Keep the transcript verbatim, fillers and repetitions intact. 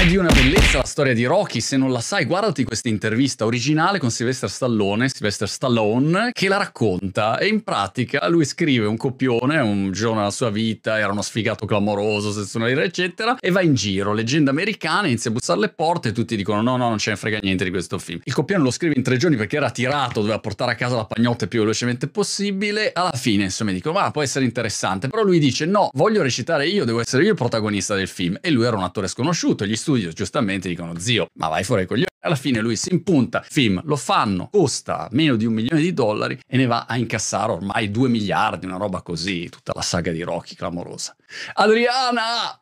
di una bellezza la storia di Rocky, se non la sai guardati questa intervista originale con Sylvester Stallone, Sylvester Stallone, che la racconta, e in pratica lui scrive un copione, un giorno della sua vita, era uno sfigato clamoroso, senza una lira eccetera, e va in giro, leggenda americana, inizia a bussare alle porte e tutti dicono no no non ce ne frega niente di questo film. Il copione lo scrive in tre giorni perché era tirato, doveva portare a casa la pagnotta il più velocemente possibile, alla fine insomma dicono ma può essere interessante, però lui dice no, voglio recitare io, devo essere io il protagonista del film, e lui era un attore sconosciuto, gli studio giustamente dicono zio ma vai fuori con gli occhi. Alla fine lui si impunta, film lo fanno, costa meno di un milione di dollari e ne va a incassare ormai due miliardi, una roba così, tutta la saga di Rocky clamorosa. Adriana!